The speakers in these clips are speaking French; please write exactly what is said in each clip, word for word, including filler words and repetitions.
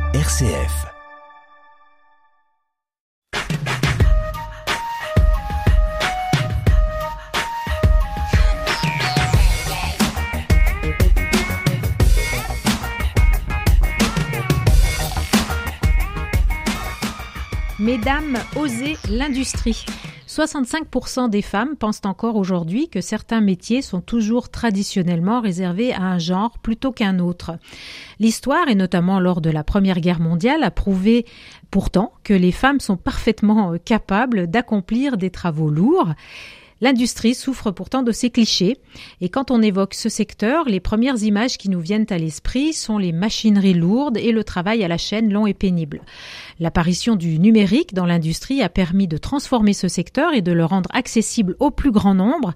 R C F. Mesdames, osez l'industrie. soixante-cinq pour cent des femmes pensent encore aujourd'hui que certains métiers sont toujours traditionnellement réservés à un genre plutôt qu'un autre. L'histoire, et notamment lors de la Première Guerre mondiale, a prouvé pourtant que les femmes sont parfaitement capables d'accomplir des travaux lourds. L'industrie souffre pourtant de ces clichés et quand on évoque ce secteur, les premières images qui nous viennent à l'esprit sont les machineries lourdes et le travail à la chaîne long et pénible. L'apparition du numérique dans l'industrie a permis de transformer ce secteur et de le rendre accessible au plus grand nombre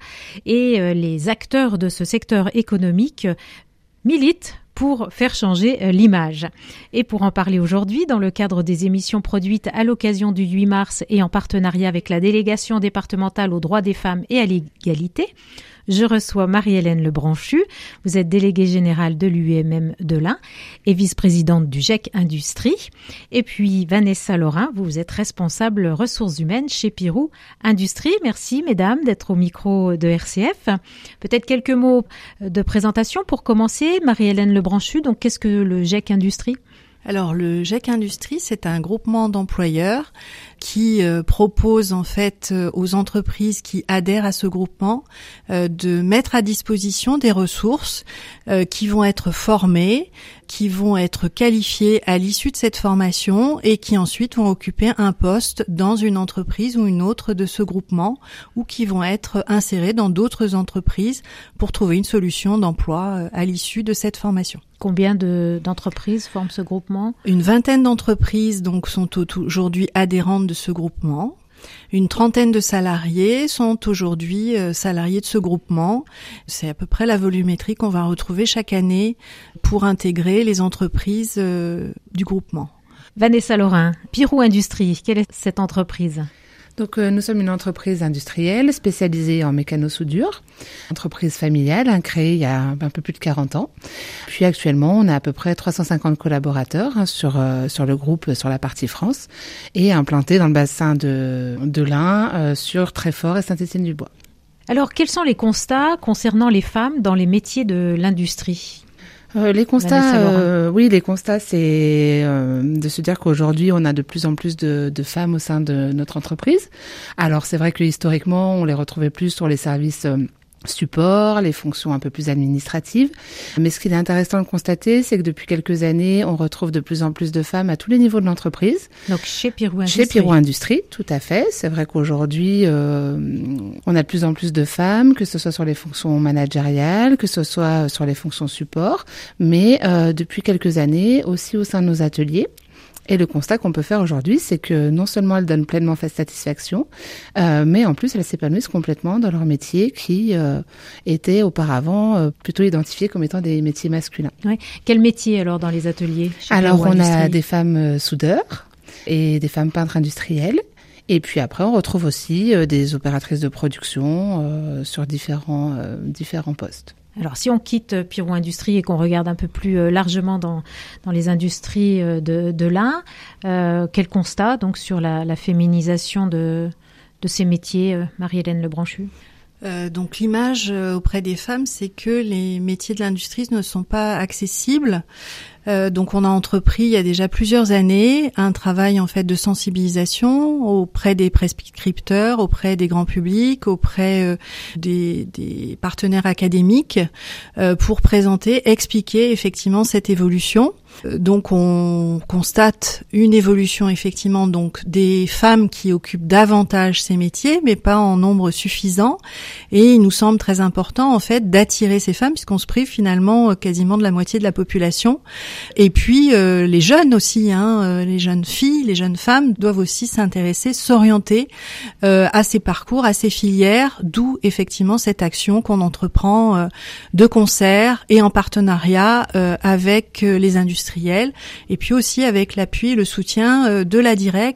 et les acteurs de ce secteur économique militent pour faire changer l'image. Et pour en parler aujourd'hui, dans le cadre des émissions produites à l'occasion du huit mars et en partenariat avec la délégation départementale aux droits des femmes et à l'égalité, je reçois Marie-Hélène Lebranchu. Vous êtes déléguée générale de l'U M M de l'Ain et vice-présidente du G E C Industrie. Et puis Vanessa Laurin, vous êtes responsable ressources humaines chez Pirou Industrie. Merci mesdames d'être au micro de R C F. Peut-être quelques mots de présentation pour commencer. Marie-Hélène Lebranchu, donc qu'est-ce que le G E C Industrie ? Alors le G E C Industrie, c'est un groupement d'employeurs qui euh, propose en fait euh, aux entreprises qui adhèrent à ce groupement euh, de mettre à disposition des ressources euh, qui vont être formées, qui vont être qualifiées à l'issue de cette formation et qui ensuite vont occuper un poste dans une entreprise ou une autre de ce groupement ou qui vont être insérées dans d'autres entreprises pour trouver une solution d'emploi euh, à l'issue de cette formation. Combien de, d'entreprises forment ce groupement ? Une vingtaine d'entreprises donc sont aujourd'hui adhérentes de ce groupement. Une trentaine de salariés sont aujourd'hui euh, salariés de ce groupement. C'est à peu près la volumétrie qu'on va retrouver chaque année pour intégrer les entreprises euh, du groupement. Vanessa Laurin, Pirou Industrie, quelle est cette entreprise ? Donc euh, nous sommes une entreprise industrielle spécialisée en mécano-soudure, entreprise familiale hein, créée il y a un peu plus de quarante ans. Puis actuellement, on a à peu près trois cent cinquante collaborateurs hein, sur euh, sur le groupe sur la partie France et implantés dans le bassin de de l'Ain euh, sur Treffort et Saint-Étienne-du-Bois. Alors, quels sont les constats concernant les femmes dans les métiers de l'industrie ? Euh, les constats, euh, oui, les constats, c'est euh, de se dire qu'aujourd'hui, on a de plus en plus de, de femmes au sein de notre entreprise. Alors, c'est vrai que historiquement, on les retrouvait plus sur les services euh, support, les fonctions un peu plus administratives. Mais ce qu'il est intéressant de constater, c'est que depuis quelques années, on retrouve de plus en plus de femmes à tous les niveaux de l'entreprise. Donc chez Pirou Industrie. Chez Pirou Industrie, tout à fait. C'est vrai qu'aujourd'hui, euh, on a de plus en plus de femmes, que ce soit sur les fonctions managériales, que ce soit sur les fonctions support, mais euh, depuis quelques années aussi au sein de nos ateliers. Et le constat qu'on peut faire aujourd'hui, c'est que non seulement elles donnent pleinement satisfaction, euh, mais en plus elles s'épanouissent complètement dans leur métier qui euh, était auparavant euh, plutôt identifié comme étant des métiers masculins. Ouais. Quel métier alors dans les ateliers chez Alors Pirou on Industrie ? a des femmes euh, soudeurs et des femmes peintres industrielles. Et puis après, on retrouve aussi euh, des opératrices de production euh, sur différents euh, différents postes. Alors, si on quitte Pirou Industrie et qu'on regarde un peu plus largement dans, dans les industries de, de l'Ain, euh, quel constat donc sur la, la féminisation de, de ces métiers, Marie-Hélène Lebranchu ? Euh, donc l'image auprès des femmes, c'est que les métiers de l'industrie ne sont pas accessibles. Euh, donc on a entrepris il y a déjà plusieurs années un travail en fait de sensibilisation auprès des prescripteurs, auprès des grands publics, auprès euh, des, des partenaires académiques euh, pour présenter, expliquer effectivement cette évolution. Donc on constate une évolution effectivement donc des femmes qui occupent davantage ces métiers, mais pas en nombre suffisant. Et il nous semble très important en fait d'attirer ces femmes, puisqu'on se prive finalement quasiment de la moitié de la population. Et puis euh, les jeunes aussi, hein, euh, les jeunes filles, les jeunes femmes doivent aussi s'intéresser, s'orienter euh, à ces parcours, à ces filières, d'où effectivement cette action qu'on entreprend euh, de concert et en partenariat euh, avec euh, les industriels. Et puis aussi avec l'appui et le soutien euh, de la directe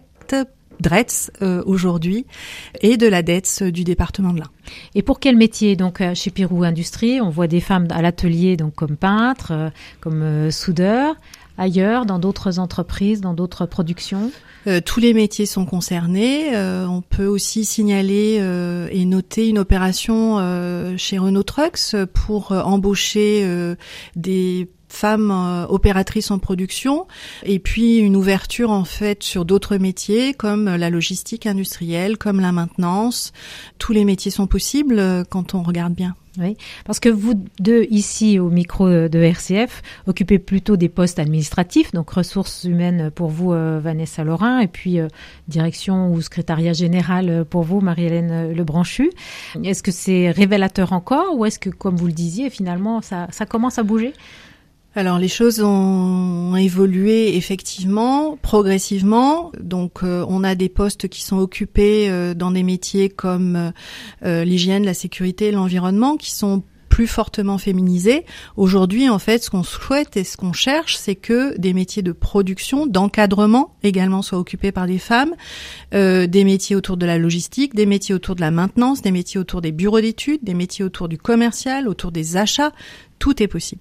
D R E T S euh, aujourd'hui et de la D E T S du département de l'Ain. Et pour quel métier donc chez Pirou Industrie, on voit des femmes à l'atelier donc comme peintres, euh, comme euh, soudeurs. ailleurs, dans d'autres entreprises, dans d'autres productions ? Euh, tous les métiers sont concernés. Euh, on peut aussi signaler euh, et noter une opération euh, chez Renault Trucks pour euh, embaucher euh, des femmes euh, opératrices en production, et puis une ouverture en fait sur d'autres métiers comme la logistique industrielle, comme la maintenance. Tous les métiers sont possibles euh, quand on regarde bien. Oui, parce que vous deux, ici, au micro de R C F, occupez plutôt des postes administratifs, donc ressources humaines pour vous, euh, Vanessa Laurin, et puis euh, direction ou secrétariat général pour vous, Marie-Hélène Lebranchu. Est-ce que c'est révélateur encore, ou est-ce que, comme vous le disiez, finalement, ça, ça commence à bouger ? Alors les choses ont évolué effectivement, progressivement. Donc euh, on a des postes qui sont occupés euh, dans des métiers comme euh, l'hygiène, la sécurité, l'environnement, qui sont plus fortement féminisés. Aujourd'hui, en fait, ce qu'on souhaite et ce qu'on cherche, c'est que des métiers de production, d'encadrement également soient occupés par des femmes, euh, des métiers autour de la logistique, des métiers autour de la maintenance, des métiers autour des bureaux d'études, des métiers autour du commercial, autour des achats. Tout est possible.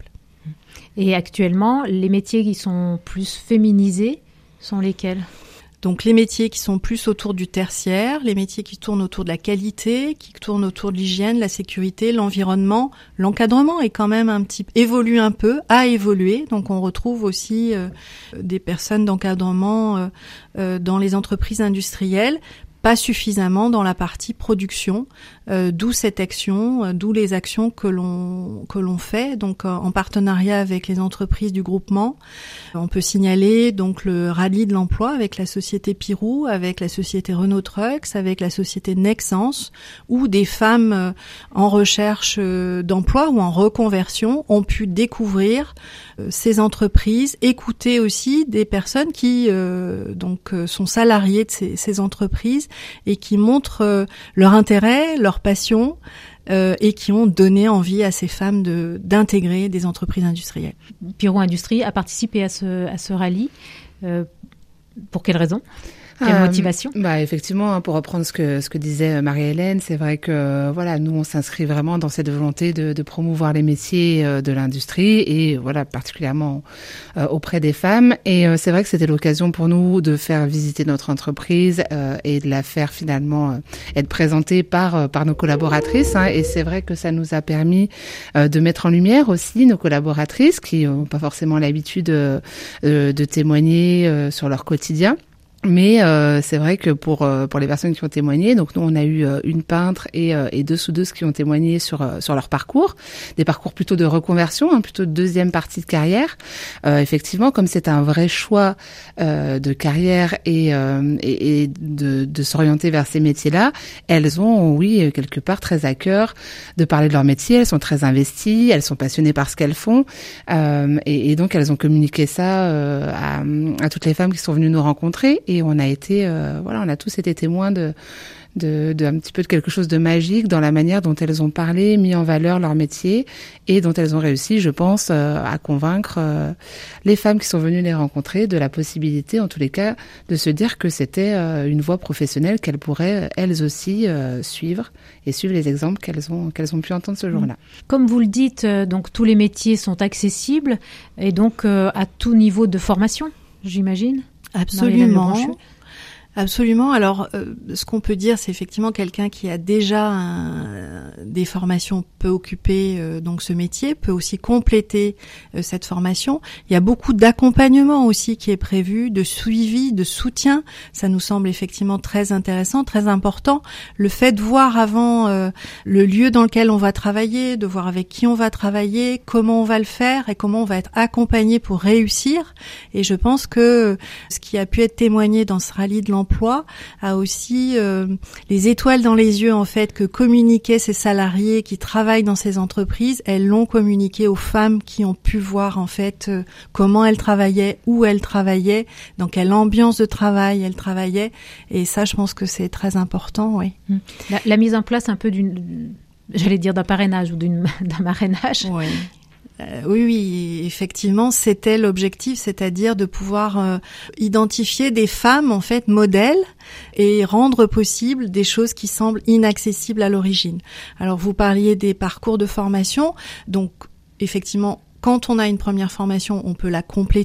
Et actuellement, les métiers qui sont plus féminisés sont lesquels ? Donc les métiers qui sont plus autour du tertiaire, les métiers qui tournent autour de la qualité, qui tournent autour de l'hygiène, la sécurité, l'environnement, l'encadrement est quand même un petit évolue un peu, a évolué. Donc on retrouve aussi euh, des personnes d'encadrement euh, euh, dans les entreprises industrielles. Pas suffisamment dans la partie production, euh, d'où cette action, euh, d'où les actions que l'on que l'on fait, donc euh, en partenariat avec les entreprises du groupement. On peut signaler donc le rallye de l'emploi avec la société Pirou, avec la société Renault Trucks, avec la société Nexens, où des femmes euh, en recherche euh, d'emploi ou en reconversion ont pu découvrir euh, ces entreprises, écouter aussi des personnes qui euh, donc euh, sont salariées de ces, ces entreprises et qui montrent euh, leur intérêt, leur passion euh, et qui ont donné envie à ces femmes de d'intégrer des entreprises industrielles. Pirou Industrie a participé à ce, à ce rallye. Euh, pour quelle raison ? Quelle euh, motivation ? Bah effectivement, hein, pour reprendre ce que ce que disait Marie-Hélène, c'est vrai que voilà, nous on s'inscrit vraiment dans cette volonté de, de promouvoir les métiers euh, de l'industrie et voilà particulièrement euh, auprès des femmes. Et euh, c'est vrai que c'était l'occasion pour nous de faire visiter notre entreprise euh, et de la faire finalement euh, être présentée par euh, par nos collaboratrices. Hein, et c'est vrai que ça nous a permis euh, de mettre en lumière aussi nos collaboratrices qui n'ont pas forcément l'habitude euh, de témoigner euh, sur leur quotidien. Mais euh, c'est vrai que pour euh, pour les personnes qui ont témoigné, donc nous on a eu euh, une peintre et euh, et deux soudeuses qui ont témoigné sur euh, sur leur parcours, des parcours plutôt de reconversion, hein, plutôt de deuxième partie de carrière. Euh, effectivement, comme c'est un vrai choix euh, de carrière et euh, et, et de de s'orienter vers ces métiers-là, elles ont oui quelque part très à cœur de parler de leur métier. Elles sont très investies, elles sont passionnées par ce qu'elles font euh, et, et donc elles ont communiqué ça euh, à à toutes les femmes qui sont venues nous rencontrer. Et on a été, euh, voilà, on a tous été témoins de, de, de un petit peu de quelque chose de magique dans la manière dont elles ont parlé, mis en valeur leur métier et dont elles ont réussi, je pense, euh, à convaincre euh, les femmes qui sont venues les rencontrer de la possibilité, en tous les cas, de se dire que c'était euh, une voie professionnelle qu'elles pourraient elles aussi euh, suivre et suivre les exemples qu'elles ont qu'elles ont pu entendre ce jour-là. Comme vous le dites, euh, donc tous les métiers sont accessibles et donc euh, à tout niveau de formation, j'imagine. Absolument. Absolument. Alors, euh, ce qu'on peut dire, c'est effectivement quelqu'un qui a déjà un, des formations peut occuper euh, donc ce métier, peut aussi compléter euh, cette formation. Il y a beaucoup d'accompagnement aussi qui est prévu, de suivi, de soutien. Ça nous semble effectivement très intéressant, très important. Le fait de voir avant euh, le lieu dans lequel on va travailler, de voir avec qui on va travailler, comment on va le faire et comment on va être accompagné pour réussir. Et je pense que ce qui a pu être témoigné dans ce rallye de l'emploi a aussi euh, les étoiles dans les yeux en fait que communiquaient ces salariés qui travaillent dans ces entreprises, elles l'ont communiqué aux femmes qui ont pu voir en fait euh, comment elles travaillaient, où elles travaillaient, dans quelle ambiance de travail elles travaillaient, et ça je pense que c'est très important, oui. La, la mise en place un peu d'une, j'allais dire d'un parrainage ou d'une, d'un marrainage. Oui. Euh, oui, oui, effectivement, c'était l'objectif, c'est-à-dire de pouvoir euh, identifier des femmes en fait modèles et rendre possible des choses qui semblent inaccessibles à l'origine. Alors, vous parliez des parcours de formation, donc effectivement, quand on a une première formation, on peut la compléter.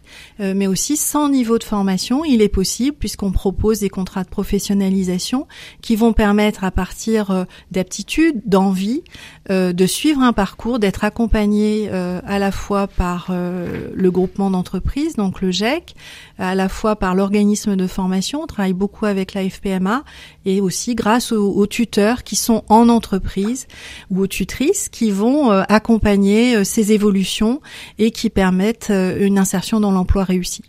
euh, mais aussi sans niveau de formation. Il est possible, puisqu'on propose des contrats de professionnalisation qui vont permettre, à partir euh, d'aptitudes, d'envie, euh, de suivre un parcours, d'être accompagné euh, à la fois par euh, le groupement d'entreprises, donc le G E C, à la fois par l'organisme de formation. On travaille beaucoup avec l'A F P M A, et aussi grâce aux, aux tuteurs qui sont en entreprise ou aux tutrices qui vont euh, accompagner euh, ces évolutions et qui permettent euh, une insertion dans l'emploi réussi.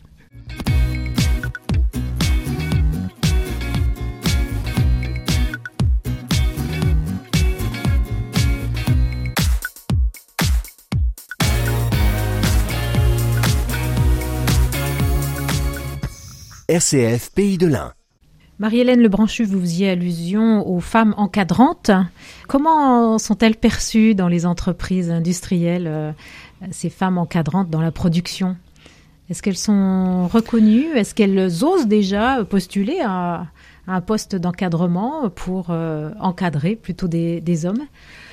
R C F Pays de l'Ain. Marie-Hélène Lebranchu, vous faisiez allusion aux femmes encadrantes. Comment sont-elles perçues dans les entreprises industrielles, euh, ces femmes encadrantes dans la production ? Est-ce qu'elles sont reconnues ? Est-ce qu'elles osent déjà postuler à, à un poste d'encadrement pour euh, encadrer plutôt des, des hommes ?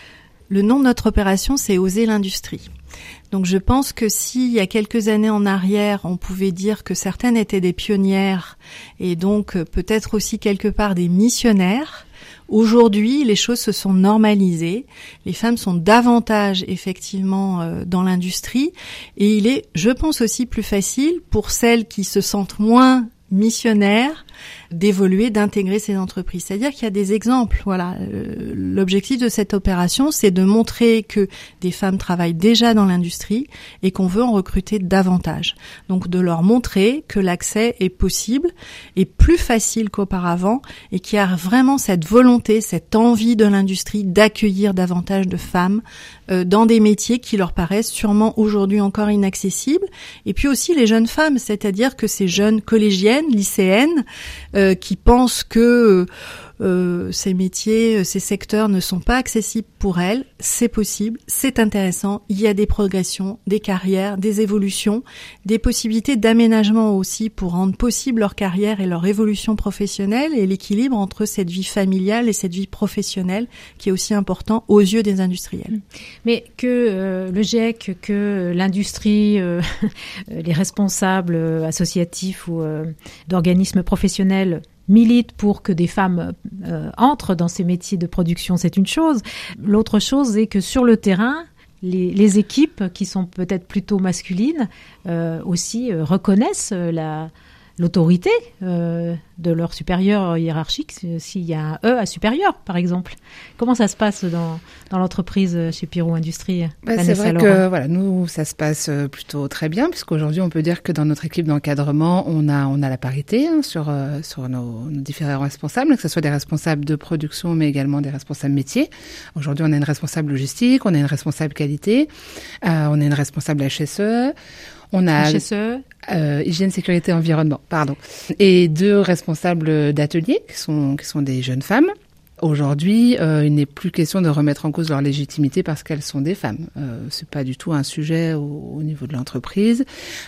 Le nom de notre opération, c'est Oser l'industrie. Donc je pense que si, il y a quelques années en arrière, on pouvait dire que certaines étaient des pionnières et donc peut-être aussi quelque part des missionnaires, aujourd'hui, les choses se sont normalisées. Les femmes sont davantage effectivement euh, dans l'industrie et il est, je pense aussi, plus facile pour celles qui se sentent moins missionnaires d'évoluer, d'intégrer ces entreprises. C'est-à-dire qu'il y a des exemples. Voilà, euh, l'objectif de cette opération, c'est de montrer que des femmes travaillent déjà dans l'industrie et qu'on veut en recruter davantage. Donc de leur montrer que l'accès est possible et plus facile qu'auparavant et qu'il y a vraiment cette volonté, cette envie de l'industrie d'accueillir davantage de femmes euh, dans des métiers qui leur paraissent sûrement aujourd'hui encore inaccessibles. Et puis aussi les jeunes femmes, c'est-à-dire que ces jeunes collégiennes, lycéennes, Euh, qui pensent que euh, ces métiers, ces secteurs ne sont pas accessibles pour elles. C'est possible, c'est intéressant. Il y a des progressions, des carrières, des évolutions, des possibilités d'aménagement aussi pour rendre possible leur carrière et leur évolution professionnelle et l'équilibre entre cette vie familiale et cette vie professionnelle qui est aussi important aux yeux des industriels. Mais que euh, le G E C, que l'industrie, euh, les responsables associatifs ou euh, d'organismes professionnels milite pour que des femmes euh, entrent dans ces métiers de production, c'est une chose. L'autre chose est que sur le terrain, les, les équipes qui sont peut-être plutôt masculines euh, aussi euh, reconnaissent la, l'autorité euh, de leur supérieur hiérarchique, s'il y a un E à supérieur, par exemple. Comment ça se passe dans, dans l'entreprise chez Pirot Industrie ? Bah, c'est vrai Laurent. que voilà, nous, ça se passe plutôt très bien, puisqu'aujourd'hui, on peut dire que dans notre équipe d'encadrement, on a, on a la parité hein, sur, euh, sur nos, nos différents responsables, que ce soit des responsables de production, mais également des responsables métiers. Aujourd'hui, on a une responsable logistique, on a une responsable qualité, euh, on a une responsable H S E. On a H S E, euh, hygiène, sécurité, environnement, pardon, et deux responsables d'atelier qui sont qui sont des jeunes femmes. Aujourd'hui, euh, il n'est plus question de remettre en cause leur légitimité parce qu'elles sont des femmes. Euh, c'est pas du tout un sujet au, au niveau de l'entreprise.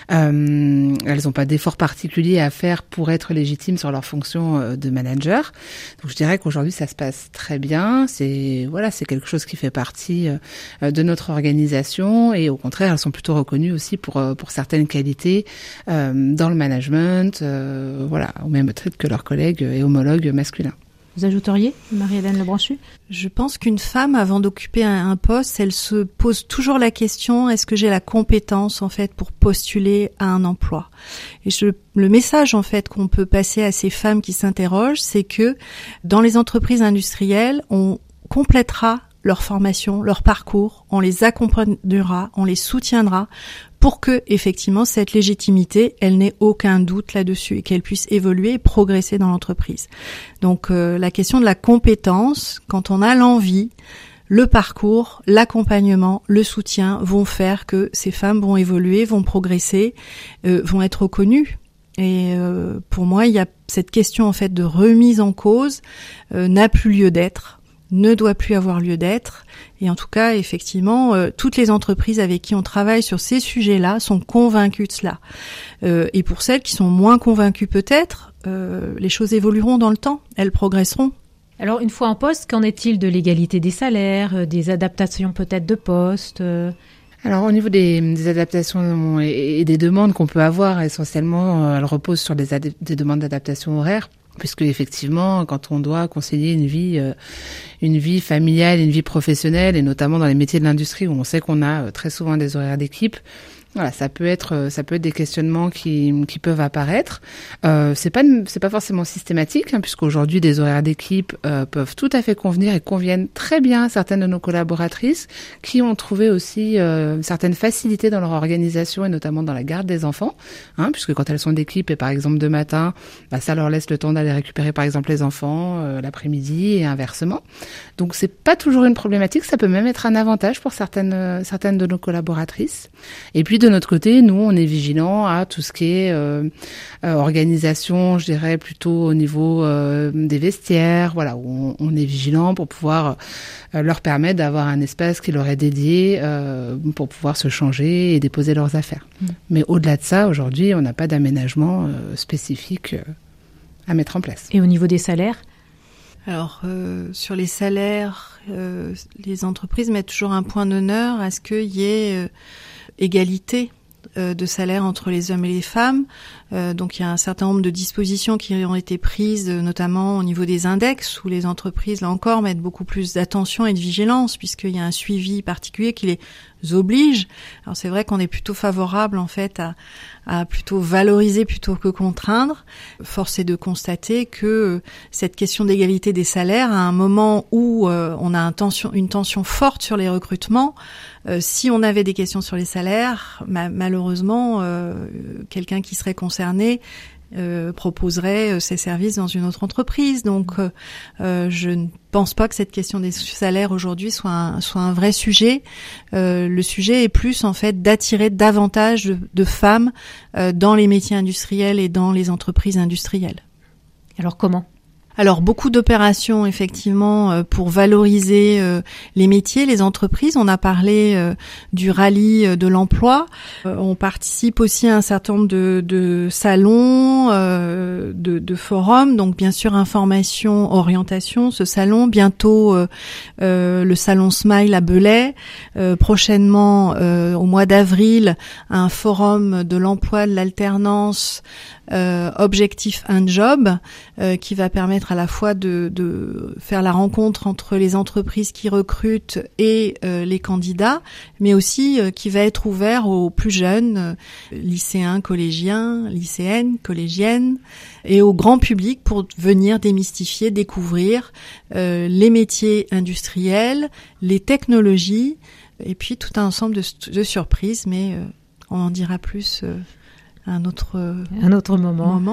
Euh, elles n'ont pas d'effort particulier à faire pour être légitimes sur leur fonction de manager. Donc, je dirais qu'aujourd'hui, ça se passe très bien. C'est voilà, c'est quelque chose qui fait partie euh, de notre organisation et au contraire, elles sont plutôt reconnues aussi pour pour certaines qualités euh, dans le management, euh, voilà, au même titre que leurs collègues et homologues masculins. Vous ajouteriez, Marie-Hélène Lebranchu ? Je pense qu'une femme, avant d'occuper un, un poste, elle se pose toujours la question, est-ce que j'ai la compétence, en fait, pour postuler à un emploi ? Et je, le message, en fait, qu'on peut passer à ces femmes qui s'interrogent, c'est que dans les entreprises industrielles, on complétera leur formation, leur parcours, on les accompagnera, on les soutiendra pour que, effectivement, cette légitimité, elle n'ait aucun doute là-dessus et qu'elle puisse évoluer et progresser dans l'entreprise. Donc, euh, la question de la compétence, quand on a l'envie, le parcours, l'accompagnement, le soutien vont faire que ces femmes vont évoluer, vont progresser, euh, vont être reconnues. Et euh, pour moi, il y a cette question, en fait, de remise en cause euh, n'a plus lieu d'être. Ne doit plus avoir lieu d'être. Et en tout cas, effectivement, euh, toutes les entreprises avec qui on travaille sur ces sujets-là sont convaincues de cela. Euh, et pour celles qui sont moins convaincues peut-être, euh, les choses évolueront dans le temps, elles progresseront. Alors, une fois en poste, qu'en est-il de l'égalité des salaires, euh, des adaptations peut-être de poste euh... Alors au niveau des, des adaptations et, et des demandes qu'on peut avoir, essentiellement, elles reposent sur des, ad- des demandes d'adaptation horaire. Puisque effectivement, quand on doit concilier une vie, euh, une vie familiale, une vie professionnelle, et notamment dans les métiers de l'industrie où on sait qu'on a euh, très souvent des horaires d'équipe, voilà, ça peut être, ça peut être des questionnements qui, qui peuvent apparaître. Euh, c'est pas, c'est pas forcément systématique, hein, puisqu'aujourd'hui des horaires d'équipe euh, peuvent tout à fait convenir et conviennent très bien à certaines de nos collaboratrices qui ont trouvé aussi euh, certaines facilités dans leur organisation et notamment dans la garde des enfants, hein, puisque quand elles sont d'équipe et par exemple de matin, bah, ça leur laisse le temps d'aller récupérer par exemple les enfants euh, l'après-midi et inversement. Donc c'est pas toujours une problématique, ça peut même être un avantage pour certaines, euh, certaines de nos collaboratrices. Et puis de notre côté, nous, on est vigilants à tout ce qui est euh, euh, organisation, je dirais plutôt au niveau euh, des vestiaires, voilà, où on, on est vigilant pour pouvoir euh, leur permettre d'avoir un espace qui leur est dédié euh, pour pouvoir se changer et déposer leurs affaires. Mmh. Mais au-delà de ça, aujourd'hui, on n'a pas d'aménagement euh, spécifique euh, à mettre en place. Et au niveau des salaires ? Alors, euh, sur les salaires, euh, les entreprises mettent toujours un point d'honneur à ce qu'il y ait euh, égalité euh, de salaire entre les hommes et les femmes. Euh, donc, il y a un certain nombre de dispositions qui ont été prises, notamment au niveau des index, où les entreprises, là encore, mettent beaucoup plus d'attention et de vigilance, puisqu'il y a un suivi particulier qui les oblige. Alors, c'est vrai qu'on est plutôt favorable, en fait, à, à plutôt valoriser plutôt que contraindre. Force est de constater que cette question d'égalité des salaires, à un moment où euh, on a un tension, une tension forte sur les recrutements, euh, si on avait des questions sur les salaires, ma- malheureusement, euh, quelqu'un qui serait concerné Euh, proposerait euh, ses services dans une autre entreprise. Donc, euh, euh, je ne pense pas que cette question des salaires aujourd'hui soit un, soit un vrai sujet. Euh, le sujet est plus, en fait, d'attirer davantage de, de femmes euh, dans les métiers industriels et dans les entreprises industrielles. Alors, comment ? Alors, beaucoup d'opérations, effectivement, euh, pour valoriser euh, les métiers, les entreprises. On a parlé euh, du rallye euh, de l'emploi. Euh, on participe aussi à un certain nombre de, de salons, euh, de, de forums. Donc, bien sûr, information, orientation, ce salon. Bientôt, euh, euh, le salon Smile à Belay. Euh, prochainement, euh, au mois d'avril, un forum de l'emploi, de l'alternance, Euh, Objectif un job, euh, qui va permettre à la fois de, de faire la rencontre entre les entreprises qui recrutent et euh, les candidats, mais aussi euh, qui va être ouvert aux plus jeunes, euh, lycéens, collégiens, lycéennes, collégiennes, et au grand public pour venir démystifier, découvrir euh, les métiers industriels, les technologies, et puis tout un ensemble de, de surprises, mais euh, on en dira plus euh, un autre, un autre moment. moment.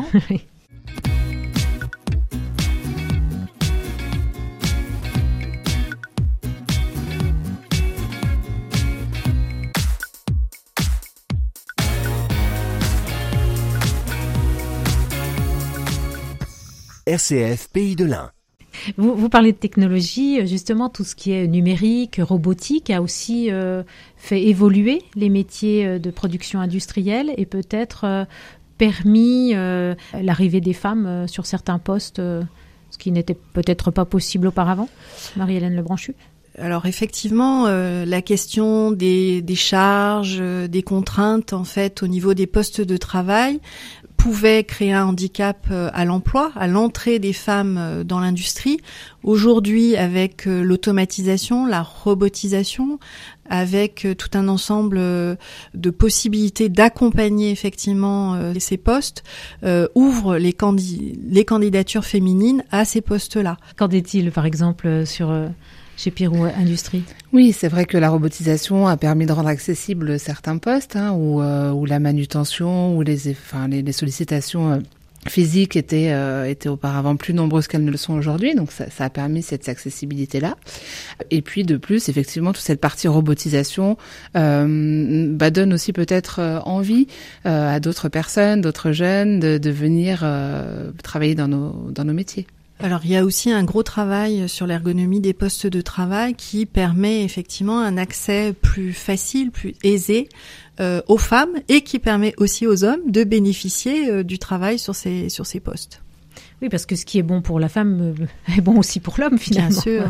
R C F Pays de l'Ain. Vous, vous parlez de technologie, justement, tout ce qui est numérique, robotique a aussi euh, fait évoluer les métiers de production industrielle et peut-être euh, permis euh, l'arrivée des femmes euh, sur certains postes, euh, ce qui n'était peut-être pas possible auparavant. Marie-Hélène Lebranchu. Alors effectivement, euh, la question des, des charges, euh, des contraintes en fait au niveau des postes de travail pouvait créer un handicap euh, à l'emploi, à l'entrée des femmes euh, dans l'industrie. Aujourd'hui, avec euh, l'automatisation, la robotisation, avec euh, tout un ensemble euh, de possibilités d'accompagner effectivement euh, ces postes, euh, ouvre les, candi- les candidatures féminines à ces postes-là. Qu'en est-il, par exemple, sur euh, chez Pirou Industrie ? Oui, c'est vrai que la robotisation a permis de rendre accessibles certains postes, hein, où, euh, où la manutention, où les, enfin, les, les sollicitations euh, physiques étaient, euh, étaient auparavant plus nombreuses qu'elles ne le sont aujourd'hui. Donc ça, ça a permis cette accessibilité-là. Et puis de plus, effectivement, toute cette partie robotisation euh, bah, donne aussi peut-être euh, envie euh, à d'autres personnes, d'autres jeunes, de, de venir euh, travailler dans nos, dans nos métiers. Alors il y a aussi un gros travail sur l'ergonomie des postes de travail qui permet effectivement un accès plus facile, plus aisé euh, aux femmes et qui permet aussi aux hommes de bénéficier euh, du travail sur ces sur ces postes. Oui, parce que ce qui est bon pour la femme est bon aussi pour l'homme, finalement. Bien sûr.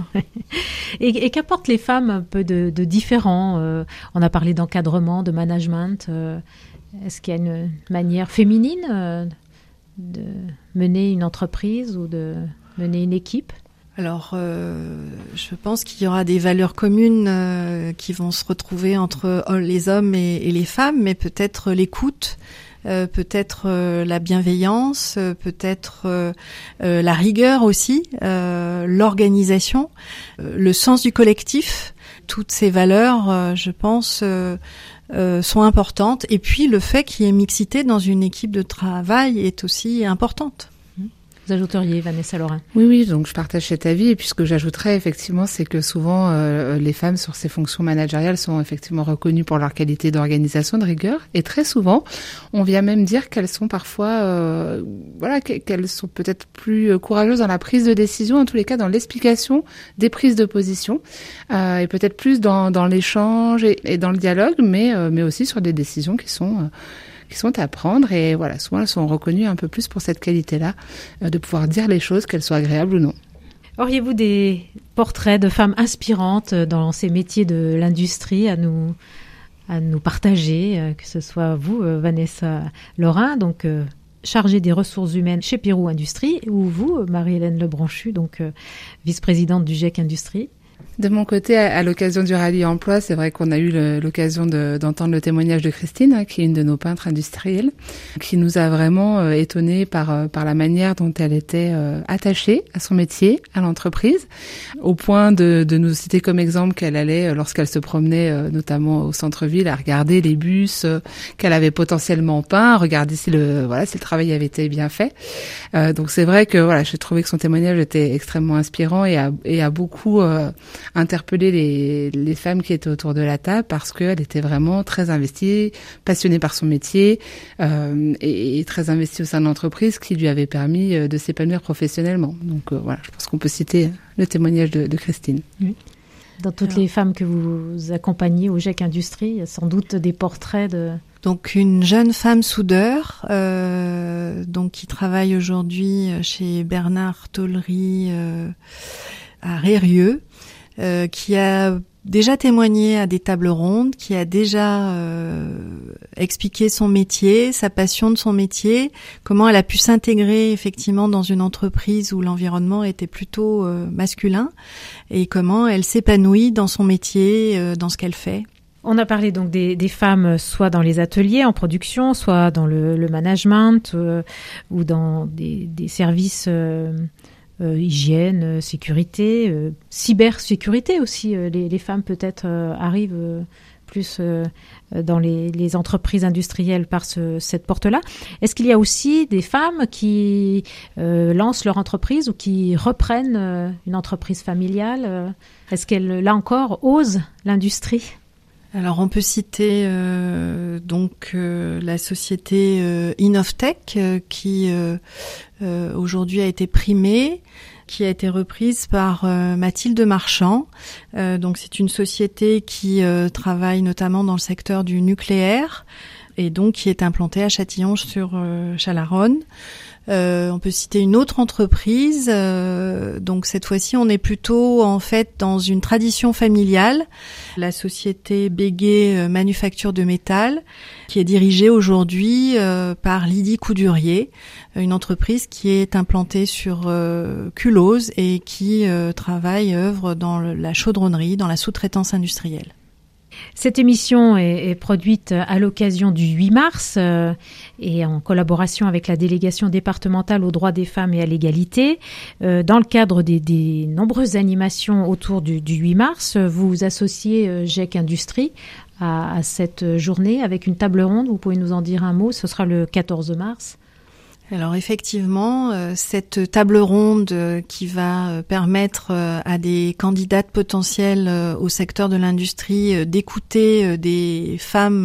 et, et qu'apportent les femmes un peu de, de différent euh, On a parlé d'encadrement, de management. Euh, est-ce qu'il y a une manière féminine euh, de mener une entreprise ou de mener une équipe ? Alors, euh, je pense qu'il y aura des valeurs communes euh, qui vont se retrouver entre les hommes et, et les femmes, mais peut-être l'écoute, euh, peut-être euh, la bienveillance, euh, peut-être euh, euh, la rigueur aussi, euh, l'organisation, euh, le sens du collectif. Toutes ces valeurs, euh, je pense, euh, euh, sont importantes. Et puis, le fait qu'il y ait mixité dans une équipe de travail est aussi importante. Vous ajouteriez, Vanessa Laurin? Oui, oui, donc je partage cet avis. Et puis ce que j'ajouterais effectivement, c'est que souvent euh, les femmes sur ces fonctions managériales sont effectivement reconnues pour leur qualité d'organisation, de rigueur. Et très souvent, on vient même dire qu'elles sont parfois, euh, voilà, qu'elles sont peut-être plus courageuses dans la prise de décision, en tous les cas dans l'explication des prises de position, euh, et peut-être plus dans, dans l'échange et, et dans le dialogue, mais, euh, mais aussi sur des décisions qui sont... Euh, qui sont à prendre, et voilà, souvent elles sont reconnues un peu plus pour cette qualité-là, euh, de pouvoir dire les choses, qu'elles soient agréables ou non. Auriez-vous des portraits de femmes inspirantes dans ces métiers de l'industrie à nous, à nous partager, euh, que ce soit vous, euh, Vanessa Laurin, donc euh, chargée des ressources humaines chez Pirou Industrie, ou vous, Marie-Hélène Lebranchu, donc euh, vice-présidente du G E C Industrie? De mon côté, à, à l'occasion du rallye emploi, c'est vrai qu'on a eu le, l'occasion de, d'entendre le témoignage de Christine, hein, qui est une de nos peintres industrielles, qui nous a vraiment euh, étonnés par euh, par la manière dont elle était euh, attachée à son métier, à l'entreprise, au point de, de nous citer comme exemple qu'elle allait, euh, lorsqu'elle se promenait, euh, notamment au centre-ville, à regarder les bus euh, qu'elle avait potentiellement peints, à regarder si le voilà si le travail avait été bien fait. Euh, donc c'est vrai que voilà, j'ai trouvé que son témoignage était extrêmement inspirant et a et a beaucoup euh, interpeller les, les femmes qui étaient autour de la table, parce qu'elle était vraiment très investie, passionnée par son métier, euh, et, et très investie au sein de l'entreprise, qui lui avait permis de s'épanouir professionnellement. Donc euh, voilà, je pense qu'on peut citer le témoignage de, de Christine. Oui. Dans toutes Alors, les femmes que vous accompagnez au G E C Industrie, il y a sans doute des portraits de... Donc une jeune femme soudeur, euh, donc qui travaille aujourd'hui chez Bernard Tollery euh, à Rérieux, Euh, qui a déjà témoigné à des tables rondes, qui a déjà euh, expliqué son métier, sa passion de son métier, comment elle a pu s'intégrer effectivement dans une entreprise où l'environnement était plutôt euh, masculin, et comment elle s'épanouit dans son métier, euh, dans ce qu'elle fait. On a parlé donc des, des femmes soit dans les ateliers en production, soit dans le, le management, euh, ou dans des, des services... Euh, Euh, hygiène, euh, sécurité, euh, cybersécurité aussi. Euh, les, les femmes peut-être euh, arrivent euh, plus euh, dans les, les entreprises industrielles par ce, cette porte-là. Est-ce qu'il y a aussi des femmes qui euh, lancent leur entreprise ou qui reprennent euh, une entreprise familiale euh, Est-ce qu'elles, là encore, osent l'industrie ? Alors on peut citer euh, donc euh, la société euh, Innovtech euh, qui euh, euh, aujourd'hui a été primée, qui a été reprise par euh, Mathilde Marchand. Euh, donc c'est une société qui euh, travaille notamment dans le secteur du nucléaire et donc qui est implantée à Châtillon-sur-Chalaronne. Euh, on peut citer une autre entreprise. Euh, donc cette fois-ci, on est plutôt en fait dans une tradition familiale, la société Béguet Manufacture de Métal, qui est dirigée aujourd'hui euh, par Lydie Coudurier, une entreprise qui est implantée sur euh, Culose et qui euh, travaille, œuvre dans la chaudronnerie, dans la sous-traitance industrielle. Cette émission est, est produite à l'occasion du huit mars euh, et en collaboration avec la délégation départementale aux droits des femmes et à l'égalité. Euh, dans le cadre des, des nombreuses animations autour du, du huit mars, vous vous associez euh, G E C Industrie à, à cette journée avec une table ronde. Vous pouvez nous en dire un mot, ce sera le quatorze mars. Alors effectivement, euh, cette table ronde euh, qui va euh, permettre euh, à des candidates potentielles euh, au secteur de l'industrie euh, d'écouter euh, des femmes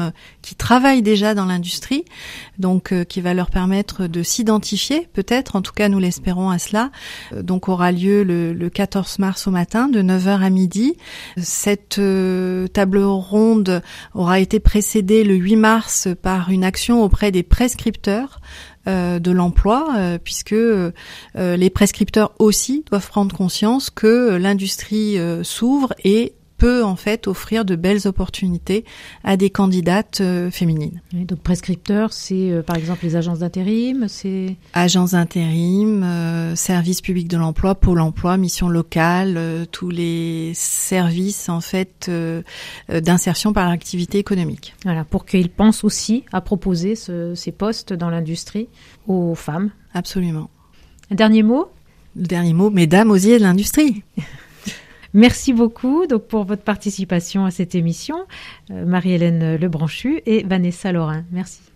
qui travaillent déjà dans l'industrie, donc euh, qui va leur permettre de s'identifier, peut-être, en tout cas nous l'espérons à cela. Euh, donc aura lieu le, le quatorze mars au matin, de neuf heures à midi. Cette euh, table ronde aura été précédée le huit mars par une action auprès des prescripteurs Euh, de l'emploi, euh, puisque euh, les prescripteurs aussi doivent prendre conscience que l'industrie euh, s'ouvre et peut en fait offrir de belles opportunités à des candidates euh, féminines. Et donc prescripteurs, c'est euh, par exemple les agences d'intérim, c'est agences d'intérim, euh, services publics de l'emploi, Pôle emploi, mission locale, euh, tous les services en fait euh, d'insertion par l'activité économique. Voilà, pour qu'ils pensent aussi à proposer ce, ces postes dans l'industrie aux femmes. Absolument. Un dernier mot ? Le dernier mot, mesdames osiers de l'industrie. Merci beaucoup donc pour votre participation à cette émission, euh, Marie-Hélène Lebranchu et Vanessa Laurin. Merci.